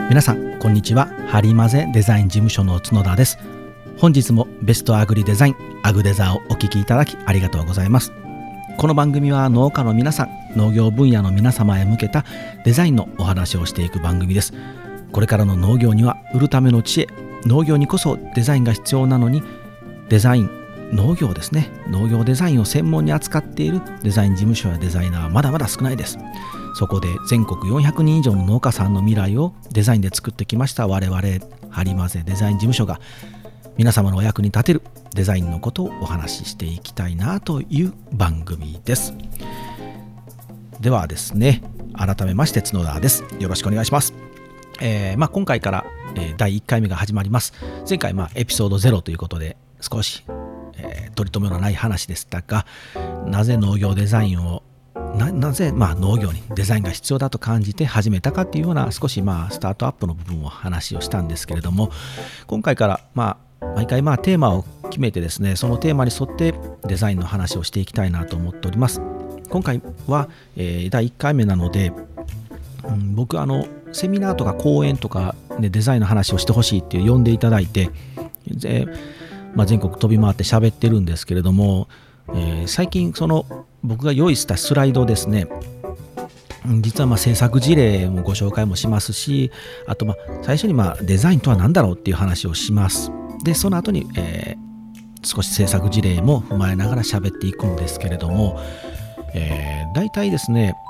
皆さんこんにちは。ハリマゼデザイン事務所の角田です。本日もベストアグリデザインアグデザをお聞きいただきありがとうございます。この番組は農家の皆さん、農業分野の皆様へ向けたデザインのお話をしていく番組です。これからの農業には売るための知恵、農業にこそデザインが必要なのに、デザイン農業ですね、農業デザインを専門に扱っているデザイン事務所やデザイナーはまだまだ少ないです。そこで全国400人以上の農家さんの未来をデザインで作ってきました我々ハリマゼデザイン事務所が、皆様のお役に立てるデザインのことをお話ししていきたいなという番組です。ではですね、改めまして角田です。よろしくお願いします。今回から、第1回目が始まります。前回エピソード0ということで少し、取り留めのない話でしたが、なぜ農業デザインをなぜ農業にデザインが必要だと感じて始めたかっていうような少しスタートアップの部分を話をしたんですけれども、今回から毎回テーマを決めてですね、そのテーマに沿ってデザインの話をしていきたいなと思っております。今回は、第1回目なので、僕セミナーとか講演とかでデザインの話をしてほしいって呼んでいただいて、全国飛び回って喋ってるんですけれども、最近僕が用意したスライドですね、実は制作事例もご紹介もしますし、あと最初にデザインとは何だろうっていう話をします。でその後に、少し制作事例も踏まえながら喋っていくんですけれども、だいたいですね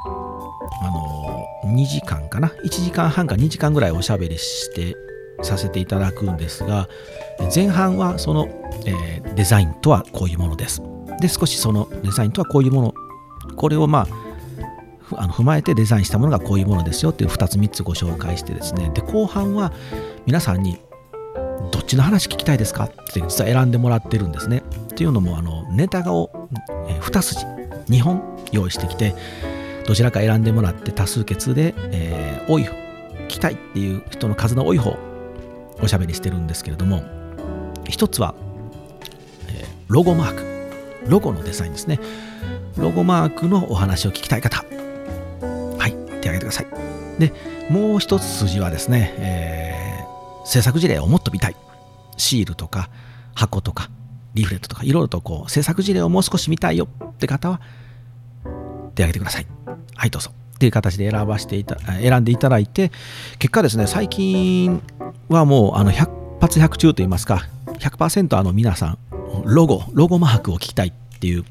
2時間かな、1時間半か2時間ぐらいおしゃべりさせていただくんですが、前半はデザインとはこういうものです。で少しそのデザインとはこういうもの、これを踏まえてデザインしたものがこういうものですよっていう2つ3つご紹介してですね、で後半は皆さんにどっちの話聞きたいですかって実は選んでもらってるんですね。っていうのもネタを2筋2本用意してきて、どちらか選んでもらって多数決で、聞きたいっていう人の数の多い方おしゃべりしてるんですけれども、一つは、ロゴマーク、ロゴのデザインですね。ロゴマークのお話を聞きたい方、はい、手挙げてください。でもう一つ筋はですね、制作事例をもっと見たい、シールとか箱とかリーフレットとかいろいろと制作事例をもう少し見たいよって方は手挙げてください。はいどうぞっていう形で選んでいただいて、結果ですね、最近はもう100発100中といいますか 100% 皆さんロゴマークを聞きたいっていう、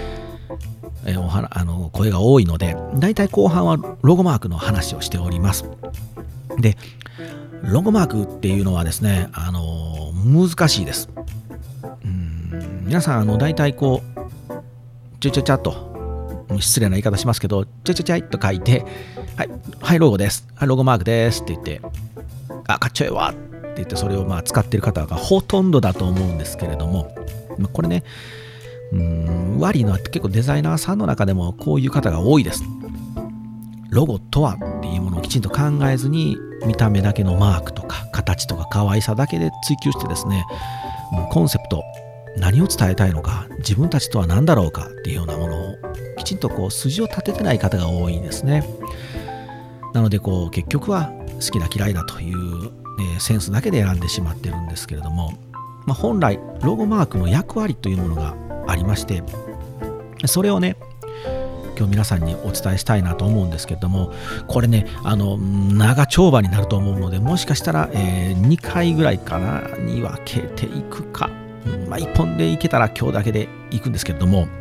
声が多いので、だいたい後半はロゴマークの話をしております。でロゴマークっていうのはですね、難しいです。皆さんだいたいちょっと失礼な言い方しますけど、ちゃいと書いて、はいロゴです、はいロゴマークですって言って、かっちょええわって言って、それを使っている方がほとんどだと思うんですけれども、これね、悪いのは結構デザイナーさんの中でもこういう方が多いです。ロゴとはっていうものをきちんと考えずに、見た目だけのマークとか形とか可愛さだけで追求してですね、コンセプト、何を伝えたいのか、自分たちとは何だろうかっていうようなものをきちんと筋を立ててない方が多いんですね。なので結局は好きだ嫌いだという、センスだけで選んでしまってるんですけれども、本来ロゴマークの役割というものがありまして、それをね今日皆さんにお伝えしたいなと思うんですけれども、これね長丁場になると思うので、もしかしたら、2回ぐらいかなに分けていくか、1本でいけたら今日だけでいくんですけれども、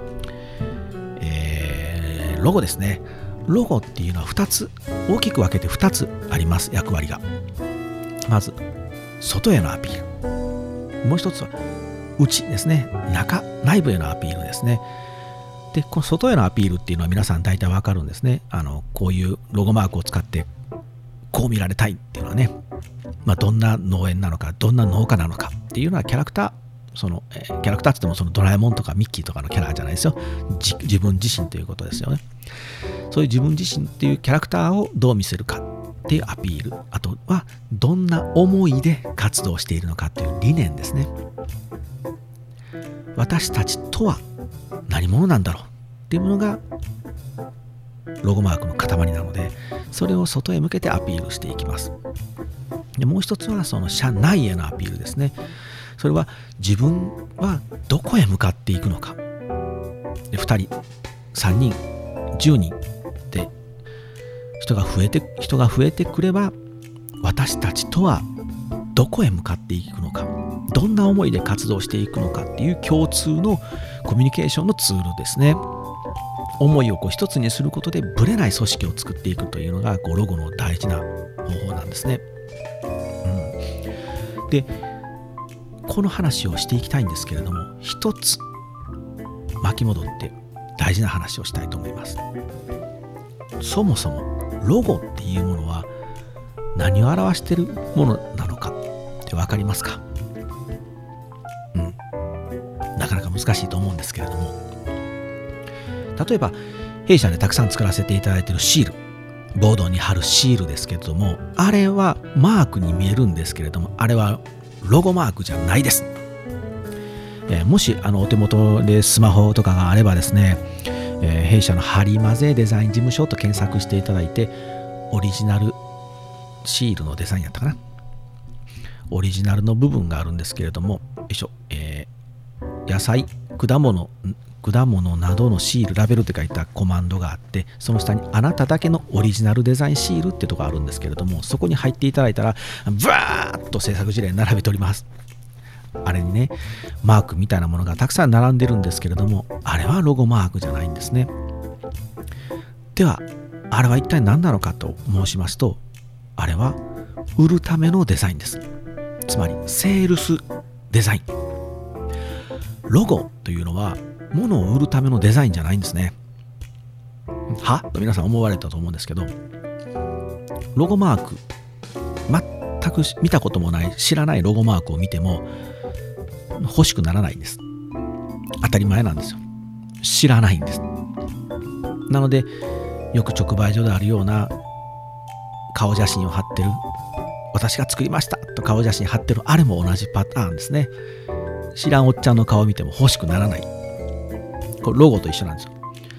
ロゴですね。ロゴっていうのは2つ、大きく分けて2つあります、役割が。まず外へのアピール、もう一つは内ですね、内部へのアピールですね。でこの外へのアピールっていうのは皆さん大体わかるんですね。こういうロゴマークを使ってこう見られたいっていうのはね、どんな農園なのか、どんな農家なのかっていうのはキャラクター、キャラクターって言ってもドラえもんとかミッキーとかのキャラじゃないですよ。自分自身ということですよね。そういう自分自身っていうキャラクターをどう見せるかっていうアピール、あとはどんな思いで活動しているのかっていう理念ですね。私たちとは何者なんだろうっていうものがロゴマークの塊なので、それを外へ向けてアピールしていきます。でもう一つはその社内へのアピールですね。それは自分はどこへ向かっていくのか。で2人、3人、10人で人が増えてくれば、私たちとはどこへ向かっていくのか、どんな思いで活動していくのかっていう共通のコミュニケーションのツールですね。思いを一つにすることでブレない組織を作っていくというのがロゴの大事な方法なんですね。で、この話をしていきたいんですけれども、一つ巻き戻って大事な話をしたいと思います。そもそもロゴっていうものは何を表しているものなのかって分かりますか？なかなか難しいと思うんですけれども、例えば弊社でたくさん作らせていただいているシール、ボードに貼るシールですけれども、あれはマークに見えるんですけれども、あれはロゴマークじゃないです。もしお手元でスマホとかがあればですね、弊社のハリマゼデザイン事務所と検索していただいて、オリジナルシールのデザインやったかな、オリジナルの部分があるんですけれども、野菜、果物などのシール、ラベルって書いたコマンドがあって、その下にあなただけのオリジナルデザインシールってとこあるんですけれども、そこに入っていただいたらブワーッと制作事例並べております。あれにね、マークみたいなものがたくさん並んでるんですけれども、あれはロゴマークじゃないんですね。ではあれは一体何なのかと申しますと、あれは売るためのデザインです。つまりセールスデザイン。ロゴというのは物を売るためのデザインじゃないんですね。はと皆さん思われたと思うんですけど、ロゴマーク、全く見たこともない、知らないロゴマークを見ても欲しくならないんです。当たり前なんですよ。知らないんです。なのでよく直売所であるような顔写真を貼ってる、私が作りましたと顔写真貼ってる、あれも同じパターンですね。知らんおっちゃんの顔を見ても欲しくならない。これロゴと一緒なんですよ。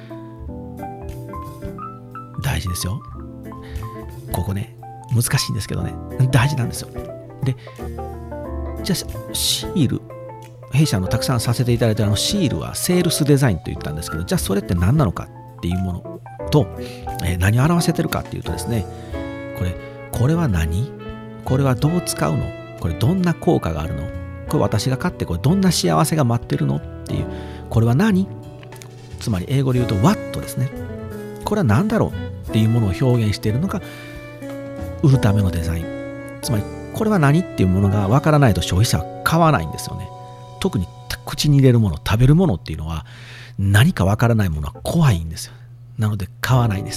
大事ですよ。ここね、難しいんですけどね、大事なんですよ。で、じゃあシール、弊社のたくさんさせていただいたシールはセールスデザインと言ったんですけど、じゃあそれって何なのかっていうものと、何を表せてるかっていうとですね、これは何？これはどう使うの？これどんな効果があるの？これ私が買ってこれどんな幸せが待ってるのっていう、これは何？つまり英語で言うと What ですね。これは何だろうっていうものを表現しているのが売るためのデザイン。つまりこれは何っていうものがわからないと消費者は買わないんですよね。特に口に入れるもの、食べるものっていうのは何かわからないものは怖いんですよ。なので買わないです。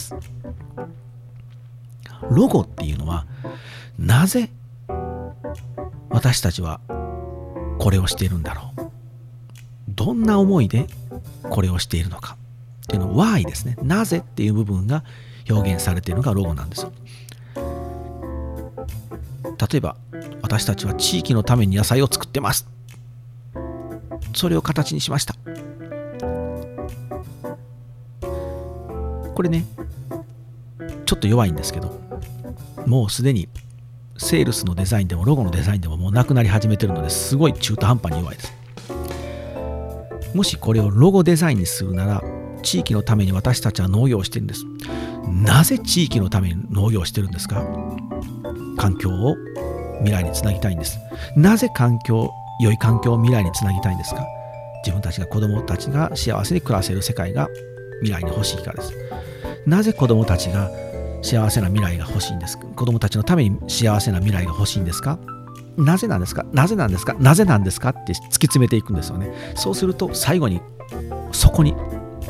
ロゴっていうのはなぜ私たちはこれをしているんだろう、どんな思いでこれをしているのかっていうの Why ですね。なぜっていう部分が表現されているのがロゴなんですよ。例えば私たちは地域のために野菜を作ってます、それを形にしました。これね、ちょっと弱いんですけど、もうすでにセールスのデザインでもロゴのデザインでももうなくなり始めてるので、すごい中途半端に弱いです。もしこれをロゴデザインにするなら、地域のために私たちは農業をしてるんです。なぜ地域のために農業をしてるんですか？環境を未来につなぎたいんです。なぜ良い環境を未来につなぎたいんですか？自分たちが、子供たちが幸せに暮らせる世界が未来に欲しいからです。なぜ子供たちが幸せな未来が欲しいんですか？子供たちのために幸せな未来が欲しいんですか？なぜなんですか？なぜなんですか？なぜなんですかって突き詰めていくんですよね。そうすると最後にそこに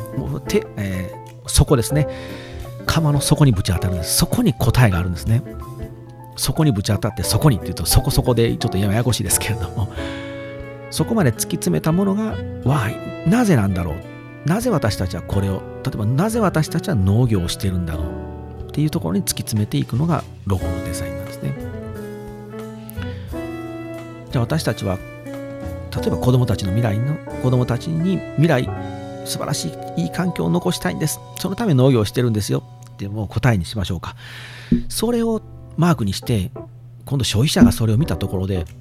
そこですね、釜の底にぶち当たるんです。そこに答えがあるんですね。そこにぶち当たって、そこにっていうとそこそこでちょっとややこしいですけれども、そこまで突き詰めたものが Why、 なぜなんだろう、なぜ私たちはこれを、例えばなぜ私たちは農業をしているんだろうっていうところに突き詰めていくのがロゴのデザインなんですね。じゃあ私たちは例えば子供たちに未来素晴らしいいい環境を残したいんです。そのため農業をしてるんですよってもう答えにしましょうか。それをマークにして、今度消費者がそれを見たところで、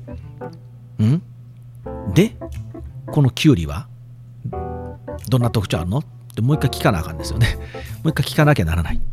でこのキュウリはどんな特徴あるのってもう一回聞かなあかんですよね。もう一回聞かなきゃならない。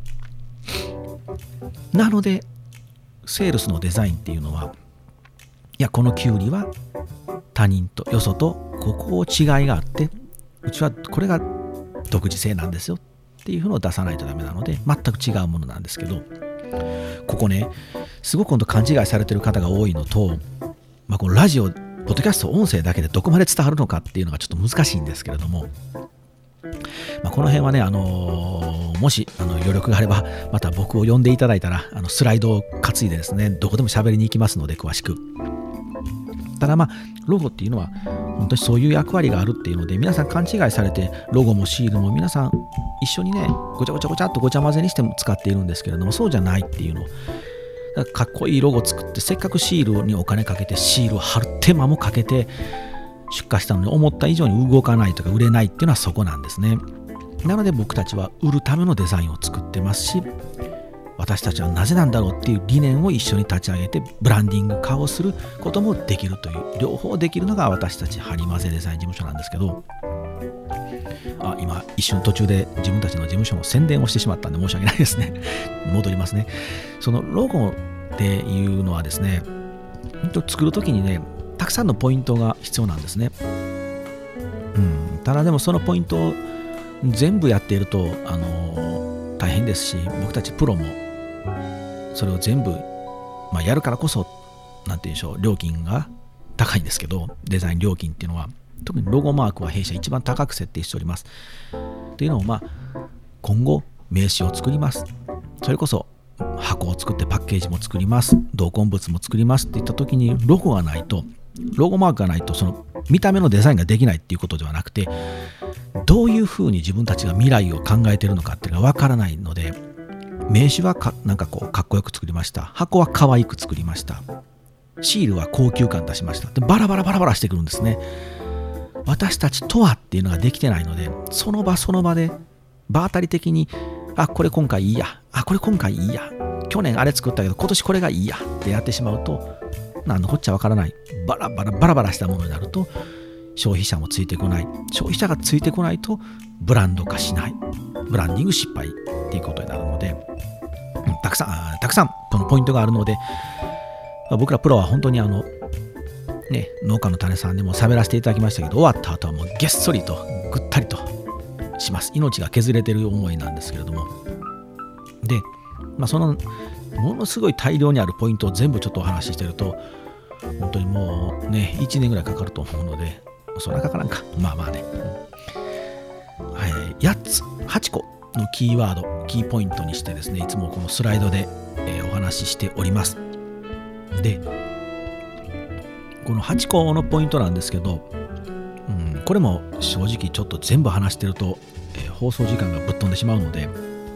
なのでセールスのデザインっていうのは、いやこのキュウリは他人とよそとここ違いがあって、うちはこれが独自性なんですよっていうのを出さないとダメなので、全く違うものなんですけど、ここねすごく今度勘違いされてる方が多いのと、このラジオポッドキャスト音声だけでどこまで伝わるのかっていうのがちょっと難しいんですけれども、この辺はね、もし余力があればまた僕を呼んでいただいたらスライドを担いでですね、どこでも喋りに行きますので詳しく。ただロゴっていうのは本当にそういう役割があるっていうので、皆さん勘違いされてロゴもシールも皆さん一緒にねごちゃごちゃごちゃっとごちゃ混ぜにしても使っているんですけれども、そうじゃないっていうの。かっこいいロゴ作ってせっかくシールにお金かけてシールを貼る手間もかけて出荷したのに思った以上に動かないとか売れないっていうのはそこなんですね。なので僕たちは売るためのデザインを作ってますし、私たちはなぜなんだろうっていう理念を一緒に立ち上げてブランディング化をすることもできるという、両方できるのが私たちハリマゼデザイン事務所なんですけど、今一瞬途中で自分たちの事務所の宣伝をしてしまったんで申し訳ないですね。戻りますね。そのロゴっていうのはですね、作るときにねたくさんのポイントが必要なんですね。ただでもそのポイントを全部やっていると大変ですし、僕たちプロもそれを全部、やるからこそなんて言うんでしょう、料金が高いんですけど、デザイン料金っていうのは特にロゴマークは弊社一番高く設定しております。っていうのを今後名刺を作ります。それこそ箱を作ってパッケージも作ります。同梱物も作りますっていった時にロゴがないと、ロゴマークがないとその見た目のデザインができないっていうことではなくて、どういうふうに自分たちが未来を考えているのかっていうのがわからないので、名刺はなんかこうかっこよく作りました。箱は可愛く作りました。シールは高級感出しました。でバラバラしてくるんですね。私たちとはっていうのができてないので、その場その場で場当たり的にこれ今回いいや、これ今回いいや、去年あれ作ったけど今年これがいいやってやってしまうと、なんのこっちゃわからない、バラバラしたものになると消費者もついてこない。消費者がついてこないとブランド化しない。ブランディング失敗っていうことになるので、たくさんこのポイントがあるので、僕らプロは本当に農家の種さんでも喋らせていただきましたけど、終わった後はもうげっそりとぐったりとします。命が削れてる思いなんですけれども、で、そのものすごい大量にあるポイントを全部ちょっとお話ししてると本当にもうね1年ぐらいかかると思うので、そんなかからんか、8個のキーワード、キーポイントにしてですね、いつもこのスライドで、お話ししております。でこの8個のポイントなんですけど、これも正直ちょっと全部話してると、放送時間がぶっ飛んでしまうので、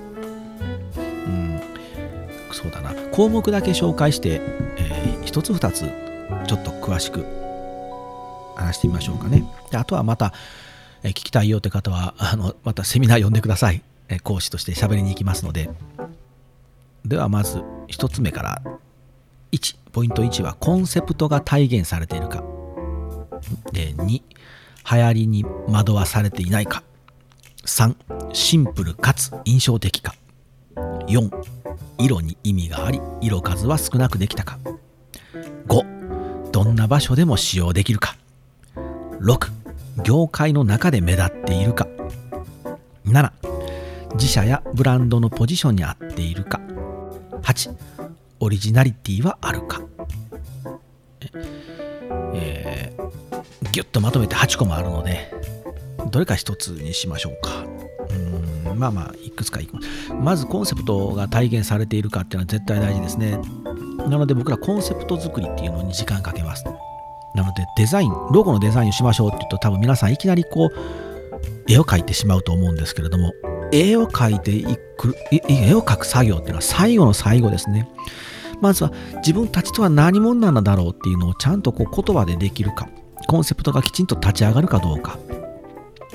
そうだな、項目だけ紹介して、一つ二つちょっと詳しく話してみましょうかね。であとはまた、聞きたいよって方はまたセミナー呼んでください。講師として喋りに行きますので。ではまず一つ目からポイント1はコンセプトが体現されているか。で2、流行りに惑わされていないか。3、シンプルかつ印象的か。4、色に意味があり色数は少なくできたか。5、どんな場所でも使用できるか。6、業界の中で目立っているか。7、自社やブランドのポジションに合っているか。8、オリジナリティはあるか。ギュッとまとめて8個もあるので、どれか一つにしましょうか。いくつかいきます。まずコンセプトが体現されているかっていうのは絶対大事ですね。なので僕らコンセプト作りっていうのに時間かけます。なのでロゴのデザインをしましょうって言うと、多分皆さんいきなりこう絵を描いてしまうと思うんですけれども、絵を描く作業っていうのは最後の最後ですね。まずは自分たちとは何者なんだろうっていうのをちゃんと言葉でできるか、コンセプトがきちんと立ち上がるかどうか。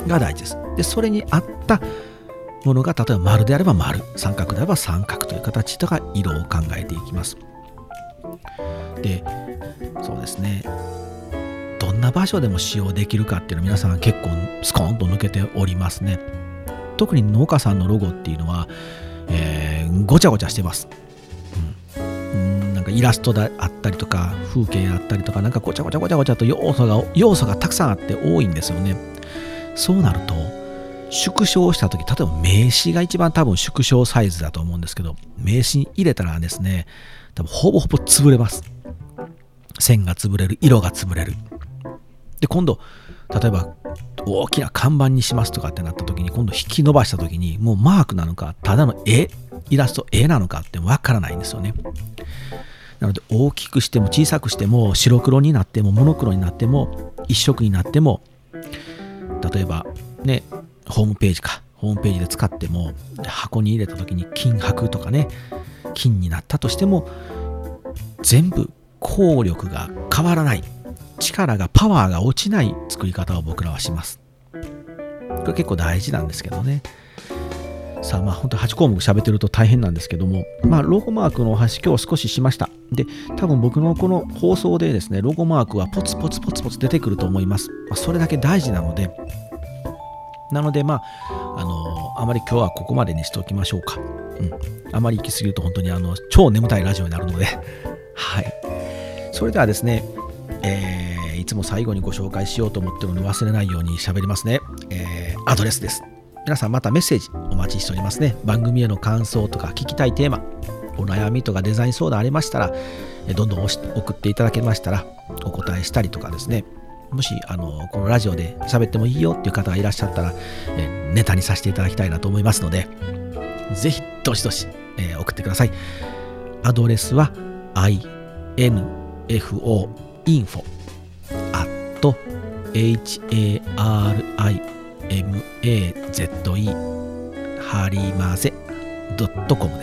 が大事です。でそれに合ったものが、例えば丸であれば丸、三角であれば三角という形とか色を考えていきます。でそうですね、どんな場所でも使用できるかっていうのは皆さん結構スコーンと抜けておりますね。特に農家さんのロゴっていうのは、ごちゃごちゃしてます。なんかイラストであったりとか風景あったりとか、なんかごちゃごちゃごちゃごちゃと要素がたくさんあって多いんですよね。そうなると縮小した時、例えば名刺が一番多分縮小サイズだと思うんですけど、名刺に入れたらですね、多分ほぼほぼ潰れます。線が潰れる、色が潰れる。で今度例えば大きな看板にしますとかってなった時に、今度引き伸ばした時にもうマークなのかただのイラストなのかってわからないんですよね。なので大きくしても小さくしても白黒になってもモノクロになっても一色になっても、例えばねホームページで使っても箱に入れた時に金箔とかね金になったとしても全部効力が変わらない、パワーが落ちない作り方を僕らはします。これ結構大事なんですけどね。さあ本当8項目喋ってると大変なんですけども、ロゴマークのお話今日少ししました。で多分僕のこの放送でですねロゴマークはポツポツ出てくると思います。それだけ大事なのであまり今日はここまでにしておきましょうか。あまり行き過ぎると本当に超眠たいラジオになるのではい。それではですね、いつも最後にご紹介しようと思ってるので忘れないように喋りますね。アドレスです。皆さんまたメッセージお待ちしておりますね。番組への感想とか聞きたいテーマ、お悩みとかデザイン相談ありましたら、どんどん送っていただけましたらお答えしたりとかですね、もしこのラジオで喋ってもいいよっていう方がいらっしゃったら、ネタにさせていただきたいなと思いますので、ぜひどしどし、送ってください。アドレスは info@harimaze harimaze.com です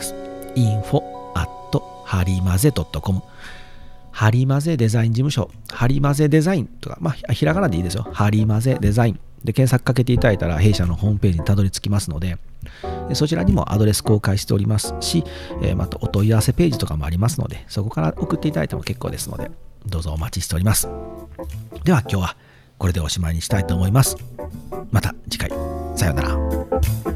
。info@harimaze.com ハリマゼデザイン事務所、ハリマゼデザインとか、ひらがなでいいですよ。ハリマゼデザインで検索かけていただいたら弊社のホームページにたどり着きますので、そちらにもアドレス公開しておりますし、またお問い合わせページとかもありますので、そこから送っていただいても結構ですので、どうぞお待ちしております。では今日はこれでおしまいにしたいと思います。また次回、さようなら。